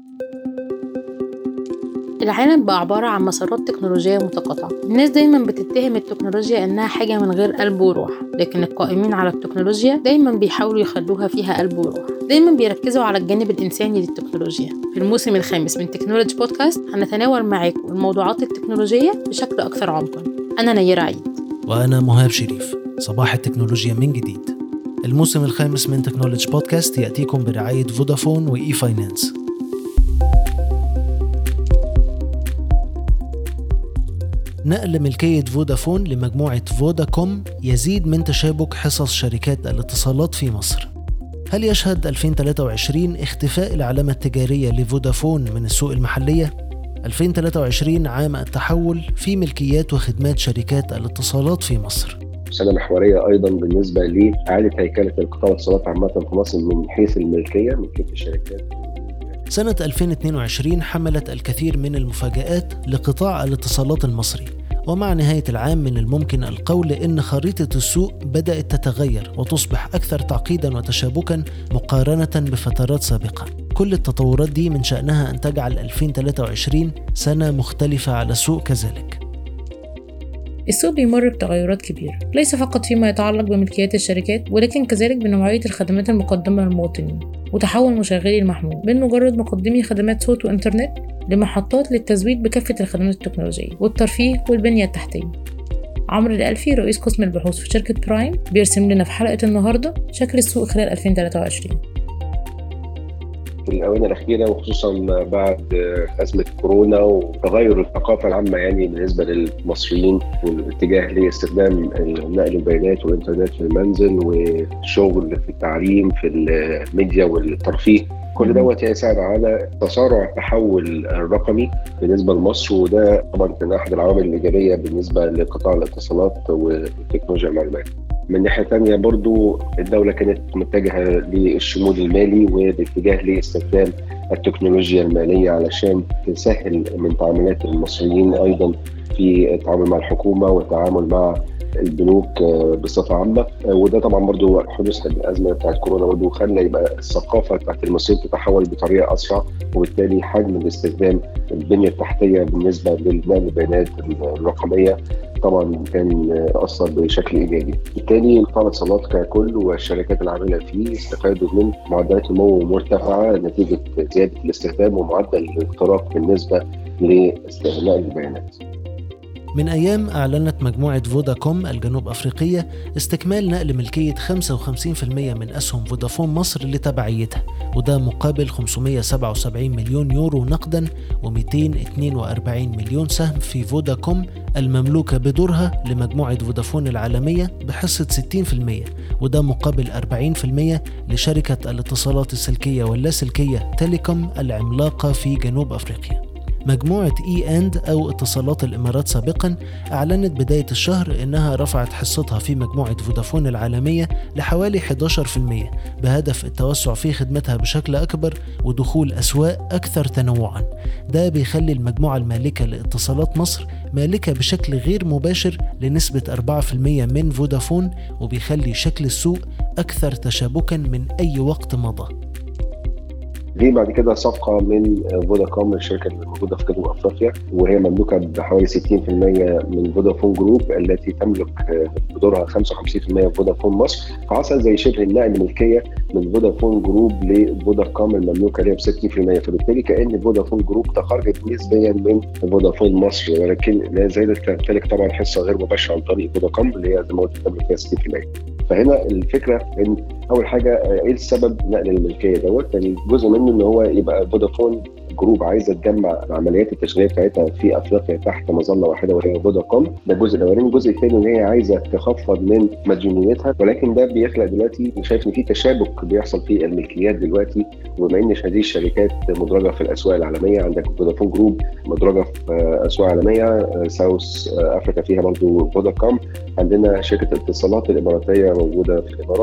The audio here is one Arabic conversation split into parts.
العالم بقى عبارة عن مسارات تكنولوجية متقاطعة. الناس دايما بتتهم التكنولوجيا إنها حاجة من غير قلب وروح، لكن القائمين على التكنولوجيا دايما بيحاولوا يخلوها فيها قلب وروح. دايما بيركزوا على الجانب الإنساني للتكنولوجيا. في الموسم الخامس من تكنولوجي بودكاست هنتناول معاكم الموضوعات التكنولوجية بشكل أكثر عمقا. أنا نيرة عيد وأنا مهاب شريف. صباح التكنولوجيا من جديد. الموسم الخامس من تكنولوجي بودكاست يأتيكم برعاية فودافون وإي فاينانس. نقل ملكية فودافون لمجموعة فوداكوم يزيد من تشابك حصص شركات الاتصالات في مصر. هل يشهد 2023 اختفاء العلامة التجارية لفودافون من السوق المحلية؟ 2023 عام التحول في ملكيات وخدمات شركات الاتصالات في مصر. سنة محورية أيضا بالنسبة لإعادة هيكلة القطاع الاتصالات عامة في مصر من حيث ملكية الشركات. سنة 2022 حملت الكثير من المفاجآت لقطاع الاتصالات المصري، ومع نهاية العام من الممكن القول إن خريطة السوق بدأت تتغير وتصبح أكثر تعقيدا وتشابكا مقارنة بفترات سابقة. كل التطورات دي من شأنها أن تجعل 2023 سنة مختلفة على السوق كذلك. السوق بيمر بتغيرات كبيرة، ليس فقط فيما يتعلق بملكيات الشركات، ولكن كذلك بنوعية الخدمات المقدمة للمواطنين، وتحول مشغلي المحمول من مجرد مقدمي خدمات صوت وإنترنت لمحطات للتزويد بكافة الخدمات التكنولوجية والترفيه والبنية التحتية. عمرو الألفي رئيس قسم البحوث في شركة برايم بيرسم لنا في حلقة النهاردة شكل السوق خلال 2023. في الآونة الأخيرة وخصوصا بعد أزمة كورونا وتغير الثقافة العامة بالنسبة للمصريين والاتجاه لاستخدام نقل البيانات والإنترنت في المنزل والشغل في التعليم في الميديا والترفيه، كل دوت يساعد على تسارع التحول الرقمي بالنسبة لمصر، وده طبعا كان أحد العوامل الإيجابية بالنسبة لقطاع الاتصالات وتكنولوجيا المعلومات. من ناحية تانية برضو الدولة كانت متجهة للشمول المالي والاتجاه لاستخدام التكنولوجيا المالية علشان تسهل من تعاملات المصريين أيضا في التعامل مع الحكومة والتعامل مع البنوك بصفة عامة. وده طبعا برضو حدوث الأزمة بتاعت كورونا برضو خلى يبقى الثقافة بتاعت المصريين تتحول بطريقة أسرع، وبالتالي حجم الاستخدام البنية التحتية بالنسبة لنقل البيانات الرقمية طبعا كان أثر بشكل إيجابي. بالتالي قطاع الاتصالات ككل والشركات العاملة فيه استفادوا من معدلات نمو مرتفعة نتيجة زيادة الاستخدام ومعدل الاختراق بالنسبة لاستغلال البيانات. من أيام أعلنت مجموعة فوداكوم الجنوب أفريقية استكمال نقل ملكية 55% من أسهم فودافون مصر لتبعيتها، وده مقابل 577 مليون يورو نقدا و242 مليون سهم في فوداكوم المملوكة بدورها لمجموعة فودافون العالمية بحصة 60%، وده مقابل 40% لشركة الاتصالات السلكية واللاسلكية تيليكوم العملاقة في جنوب أفريقيا. مجموعة إي أو اتصالات الإمارات سابقا أعلنت بداية الشهر إنها رفعت حصتها في مجموعة فودافون العالمية لحوالي 11% بهدف التوسع في خدمتها بشكل أكبر ودخول أسواق أكثر تنوعا. ده بيخلي المجموعة المالكة لاتصالات مصر مالكة بشكل غير مباشر لنسبة 4% من فودافون، وبيخلي شكل السوق أكثر تشابكا من أي وقت مضى. دي بعد كده صفقة من فوداكوم الشركة اللي موجودة في جنوب أفريقيا، وهي مملوكة بحوالي 60% من فودافون جروب التي تملك بدورها 55% فودافون مصر، فحصل زي شبه النقل ملكية من فودافون جروب لفوداكوم المملوكة ليها ب 60%، فبالتالي كأن فودافون جروب تخرجت نسبيا من فودافون مصر، ولكن لا زالت تمتلك طبعا حصة غير مباشرة عن طريق فوداكوم اللي هي زي ما قلت تملك فيها 60%. فهنا الفكرة ان اول حاجة ايه السبب نقل الملكية دوت؟ يعني جزء منه ان هو يبقى فودافون جروب عايزه تجمع عمليات التشغيليه بتاعتها في افريقيا تحت مظله واحده وهي فوداكوم. ده الجزء الاولاني. الجزء الثاني ان هي عايزه تخفض من مديونيتها، ولكن ده بيخلق دلوقتي شايف ان في تشابك بيحصل في الملكيات دلوقتي، وبما ان هذه الشركات مدرجه في الاسواق العالميه، عندك فودافون جروب مدرجه في اسواق عالميه، ساوث افريكا فيها برضه فوداكوم، عندنا شركه الاتصالات الاماراتيه موجوده في الامارات،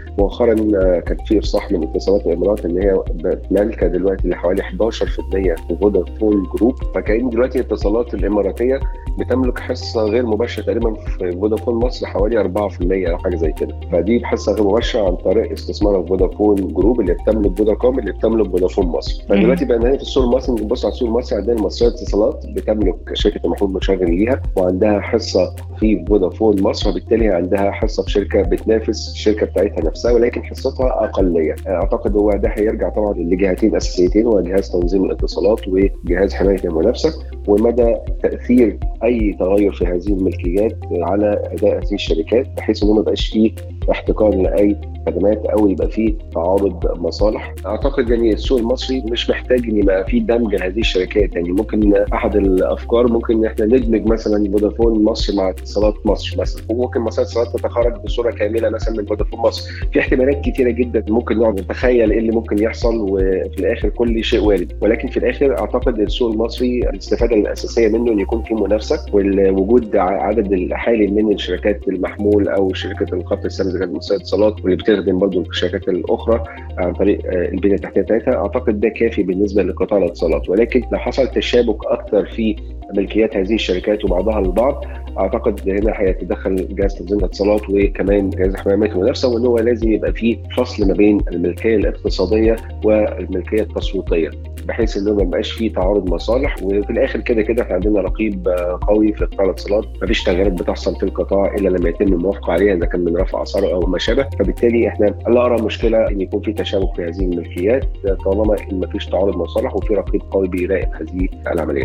مؤخرا كان في افصاح من اتصالات الامارات ان هي مالكه دلوقتي لحوالي 11% في فودافون جروب. فكأن دلوقتي اتصالات الاماراتيه بتملك حصه غير مباشره تقريبا في فودافون مصر حوالي 4% او حاجه زي كده. فدي حصه غير مباشره عن طريق استثمار فودافون جروب اللي بتملك فوداكوم اللي بتملك فودافون مصر. فدلوقتي بقى في السوق المصري نبص على السوق المصري، عندنا مصرية اتصالات بتملك شركه المحمول مشغل ليها وعندها حصه في فودافون مصر، وبالتالي عندها حصه في شركه بتنافس الشركه بتاعتها نفسها ولكن حصتها اقليه. اعتقد هو ده هيرجع طبعا لجهتين اساسيتين، وجهاز تنظيم الاتصالات وجهاز حمايه المنافسه، ومدى تاثير اي تغير في هذه الملكيات على اداء هذه الشركات بحيث انه ما يبقاش فيه احتكار لاي خدمات او يبقى فيه تعارض مصالح. اعتقد يعني السوق المصري مش محتاج ان يبقى فيه دمج لهذه الشركات. يعني ممكن احد الافكار ممكن ان احنا ندمج مثلا فودافون مصر مع اتصالات مصر مثلا، وممكن مثلا اتصالات تتخرج بصوره كامله مثلا من فودافون مصر. في احتمالات كثيره جدا ممكن نقعد نتخيل ايه اللي ممكن يحصل، وفي الاخر كل شيء وارد. ولكن في الاخر اعتقد السوق المصري الاستفاده الاساسيه منه ان يكون في منافسه، والوجود عدد الحالي من الشركات المحمول او شركه الخط السري زي مصرية اتصالات واللي بتخدم برضو الشركات الاخرى عن طريق البنيه التحتيه بتاعتها، اعتقد ده كافي بالنسبه لقطاع الاتصالات. ولكن لو حصل تشابك اكثر في ملكيات هذه الشركات وبعضها البعض، اعتقد هنا هيتدخل جهاز تنظيم الاتصالات وكمان جهاز حمايه المنافسه، وان هو لازم يبقى فيه فصل ما بين الملكيه الاقتصاديه والملكيه التسويقيه بحيث انه ما يبقاش فيه تعارض مصالح. وفي الاخر كده كده احنا عندنا رقيب قوي في قطاع الاتصالات، ما فيش تغييرات بتحصل في القطاع الا لما يتم الموافقه عليها اذا كان من رفع اسعار او ما شابه. فبالتالي احنا لا ارى مشكله ان يكون في تشابك في هذه الملكيات طالما ان ما فيش تعارض مصالح وفي رقيب قوي بيراقب هذه العمليات.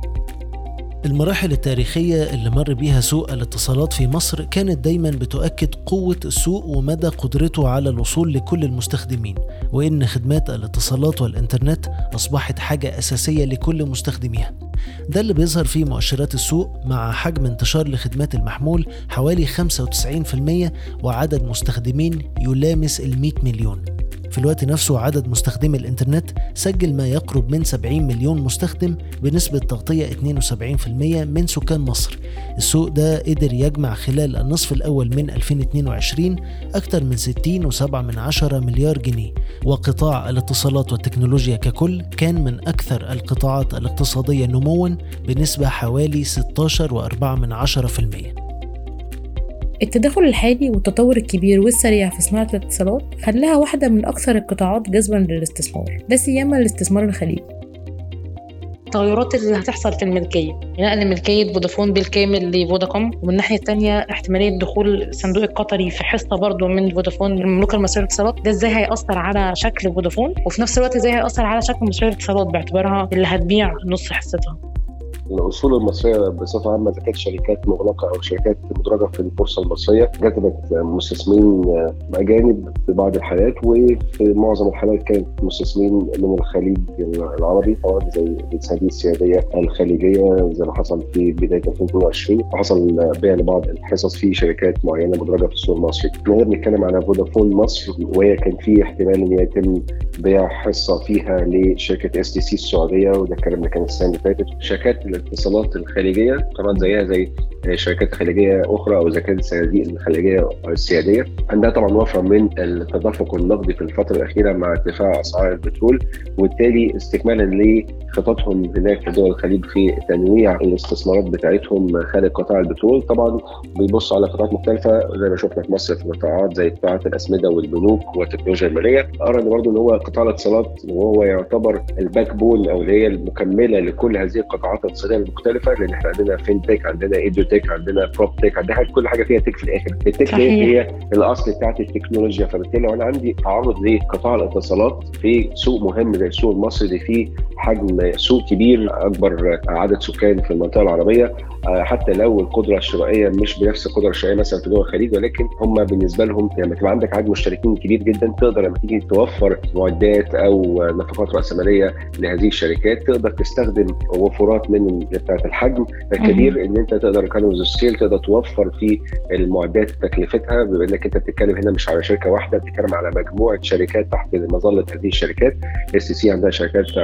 المراحل التاريخية اللي مر بيها سوق الاتصالات في مصر كانت دايما بتؤكد قوة السوق ومدى قدرته على الوصول لكل المستخدمين، وإن خدمات الاتصالات والإنترنت أصبحت حاجة أساسية لكل مستخدميها. ده اللي بيظهر فيه مؤشرات السوق مع حجم انتشار لخدمات المحمول حوالي 95% وعدد مستخدمين يلامس 100 مليون. في الوقت نفسه عدد مستخدمي الإنترنت سجل ما يقرب من 70 مليون مستخدم بنسبة تغطية 72% من سكان مصر. السوق ده قدر يجمع خلال النصف الأول من 2022 أكثر من 60.7 مليار جنيه، وقطاع الاتصالات والتكنولوجيا ككل كان من أكثر القطاعات الاقتصادية نمواً بنسبة حوالي 16.4%. التداخل الحالي والتطور الكبير والسريع في صناعة الاتصالات خلاها واحدة من أكثر القطاعات جذباً للاستثمار، لا سيما الاستثمار الخليجي. التغيرات اللي هتحصل في الملكية، نقل ملكية فودافون بالكامل لفوداكوم، ومن الناحية التانية احتمالية دخول الصندوق القطري في حصة برضو من فودافون المملوكة لمصرية الاتصالات. ده ازاي هيأثر على شكل فودافون، وفي نفس الوقت ازاي هيأثر على شكل مصرية الاتصالات باعتبارها اللي هتبيع نص حصتها. الأصول المصرية بصفة عامة إذا كانت شركات مغلقة أو شركات مدرجة في البورصة المصرية جذبت مستثمرين أجانب في بعض الحالات، وفي معظم الحالات كانت مستثمرين من الخليج العربي طبعا زي الصناديق السيادية الخليجية زي ما حصل في بداية 2022، وحصل بيع لبعض الحصص في شركات معينة مدرجة في السوق المصري. نقدر نتكلم على فودافون مصر وهي كان في احتمال أن يتم بيع حصة فيها لشركة STC السعودية، وده الكلام ده كان السنة اللي فاتت. شركات الاتصالات الخليجيه طبعا زيها زي شركات خليجيه اخرى او اذا كانت الصناديق الخليجيه او السياديه، عندها طبعا وفره من التدفق النقدي في الفتره الاخيره مع ارتفاع اسعار البترول، وبالتالي استكمالا لخططهم هناك في دول الخليج في تنويع الاستثمارات بتاعتهم خارج قطاع البترول. طبعا بيبصوا على قطاعات مختلفه زي ما شفنا في مصر في قطاعات زي قطاعات الاسمده والبنوك والتكنولوجيا الماليه. ارى برضه ان هو قطاع الاتصالات وهو يعتبر الباك بون او اللي هي المكمله لكل هذه القطاعات الاقتصاديه المختلفه، لان احنا عندنا فينتك، عندنا ايديوتك، عندنا بروب تك، عندنا كل حاجه فيها تك في الاخر. التك هي الاصل بتاعت التكنولوجيا. فبالتالي لو انا عندي تعرض لقطاع الاتصالات في سوق مهم زي السوق المصري اللي فيه حجم سوق كبير اكبر عدد سكان في المنطقه العربيه، حتى لو القدره الشرائيه مش بنفس القدره الشرائيه مثلا في دول الخليج، ولكن هم بالنسبه لهم لما تبقى عندك عدد مشتركين كبير جدا تقدر لما تيجي توفر معدات او نفقات راسماليه لهذه الشركات تقدر تستخدم وفرات من بتاعه الحجم الكبير ان انت تقدر economies of scale تقدر توفر في المعدات تكلفتها، بما انك انت بتتكلم هنا مش على شركه واحده، بتتكلم على مجموعه شركات تحت مظله هذه الشركات. STC عندها شركات عالميه،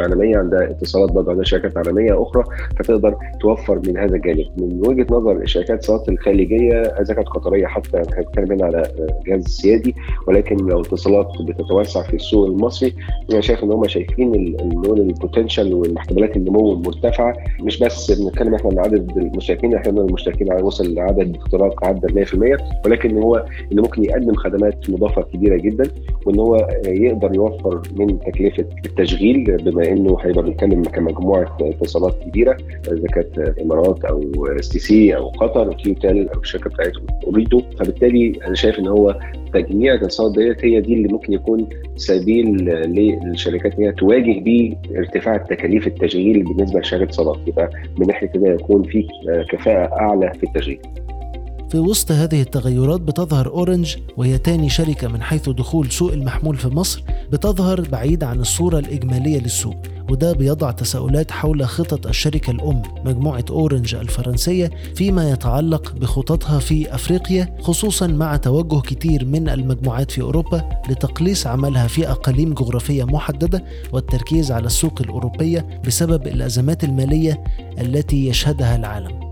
عندها اتصالات برضه، عندها شركات عالميه اخرى، فتقدر توفر من هذا الجانب. من وجهه نظر الشركات الاتصالات الخليجيه اذا كانت قطريه، حتى هنتكلم هنا على جهاز سيادي، ولكن لو اتصالات بتتوسع في السوق المصري، انا شايف ان هم شايفين البوتنشال والاحتمالات النمو المرتفعه. مش بس بنتكلم احنا عن عدد المشتركين، احنا المشتركين وصل لعدد اختراق عدى 100%، ولكن هو انه ممكن يقدم خدمات مضافه كبيره جدا، وان هو يقدر يوفر من تكلفه التشغيل، بما انه هيبقى بنتكلم كمجموعه اتصالات كبيره اذا كانت الامارات او STC او قطر كيوتل او الشركه بتاعتهم اوريدو. فبالتالي انا شايف ان هو تجميع الاتصالات ديت هي دي اللي ممكن يكون سبيل للشركات ان هي تواجه بيه ارتفاع التكاليف التشغيل بالنسبه لشركه اتصالات، يبقى من ناحيه كده يكون في كفاءه اعلى في التشغيل. في وسط هذه التغيرات بتظهر أورنج، وهي تاني شركة من حيث دخول سوق المحمول في مصر، بتظهر بعيد عن الصورة الإجمالية للسوق، وده بيضع تساؤلات حول خطط الشركة الأم مجموعة أورنج الفرنسية فيما يتعلق بخططها في أفريقيا، خصوصا مع توجه كتير من المجموعات في أوروبا لتقليص عملها في أقاليم جغرافية محددة والتركيز على السوق الأوروبية بسبب الأزمات المالية التي يشهدها العالم.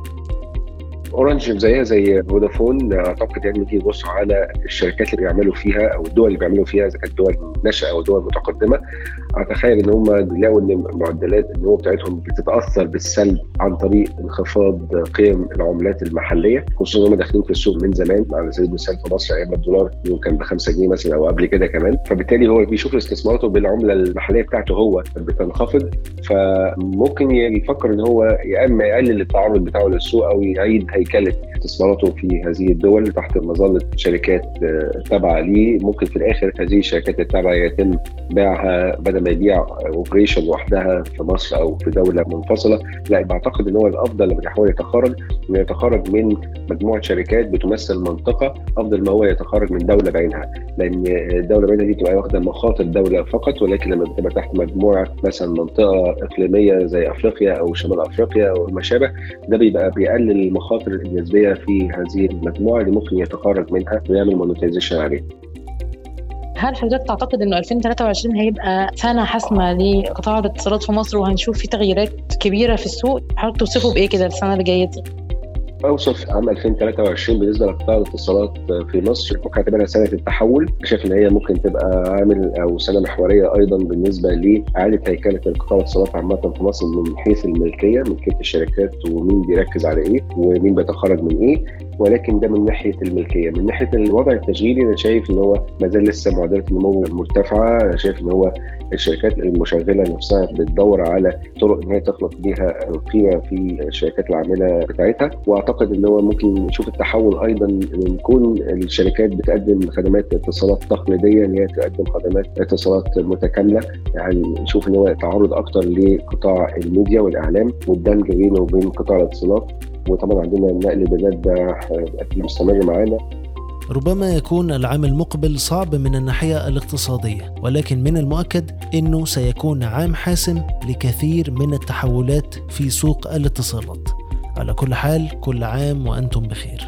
اورنج زيها زي فودافون، اعتقد يعني نيجي نبص على الشركات اللي بيعملوا فيها او الدول اللي بيعملوا فيها، اذا كانت دول ناشئه او دول متقدمه، اتخيل ان هم بيلاقوا ان معدلات النمو بتاعتهم بتتاثر بالسلب عن طريق انخفاض قيم العملات المحليه، خصوصا ان هم داخلين في السوق من زمان. على سبيل المثال في مصر ايام الدولار كان ب5 جنيه مثلا او قبل كده كمان، فبالتالي هو بيشوف استثماراته بالعمله المحليه بتاعته هو بتنخفض، فممكن يفكر ان هو يا اما يقلل التعرض بتاعه للسوق او يعيد هيكله استثماراته في هذه الدول تحت مظله شركات تابعه ليه. ممكن في الاخر هذه الشركات التابعه يتم بيعها بدل ما يبيع اوبريشن لوحدها في مصر او في دوله منفصله. لا، بعتقد ان هو الافضل لما يحاول يتخرج من مجموعه شركات بتمثل منطقه افضل ما هو يتخرج من دوله بعينها، لان الدوله بعينها دي تبقى واخده مخاطر دوله فقط، ولكن لما بتبقى تحت مجموعه مثلا منطقه اقليميه زي افريقيا او شمال افريقيا او ما شابه، ده بيبقى بيقلل المخاطر النسبيه في هذه المجموعه اللي ممكن يتخرج منها ويعمل مونيتايزيشن عليها. هل حضرتك تعتقد انه 2023 هيبقى سنه حاسمه لقطاع الاتصالات في مصر وهنشوف فيه تغييرات كبيره في السوق؟ حضرتك توصفه بايه كده السنه اللي جايه دي؟ اوصف عام 2023 بالنسبه لقطاع الاتصالات في مصر ممكن اعتبرها سنه التحول. شايف ان هي ممكن تبقى عامل او سنه محوريه ايضا بالنسبه لاعاده هيكله القطاع الاتصالات عامه في مصر من حيث الملكيه الشركات ومين بيركز على ايه ومين بيتخرج من ايه، ولكن ده من ناحيه الملكيه. من ناحيه الوضع التشغيلي انا شايف ان هو ما زال لسه معدلات النمو مرتفعه. انا شايف ان هو الشركات المشغله نفسها بتدور على طرق ان هي تخلق بيها القيمه في الشركات العامله بتاعتها، واعتقد ان هو ممكن نشوف التحول ايضا ان يكون الشركات بتقدم خدمات اتصالات تقليديه ان هي تقدم خدمات اتصالات متكامله. يعني نشوف ان هو تعرض اكتر لقطاع الميديا والاعلام والدمج بينه وبين قطاع الاتصالات، وطبعا عندنا النقل البيانات ده اكيد مستمر معانا. ربما يكون العام المقبل صعب من الناحية الاقتصادية، ولكن من المؤكد أنه سيكون عام حاسم لكثير من التحولات في سوق الاتصالات. على كل حال، كل عام وأنتم بخير.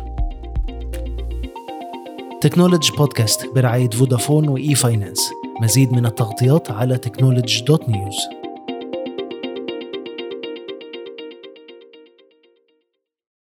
تكنولوجي بودكاست برعاية فودافون وإي فاينانس. مزيد من التغطيات على technology.news.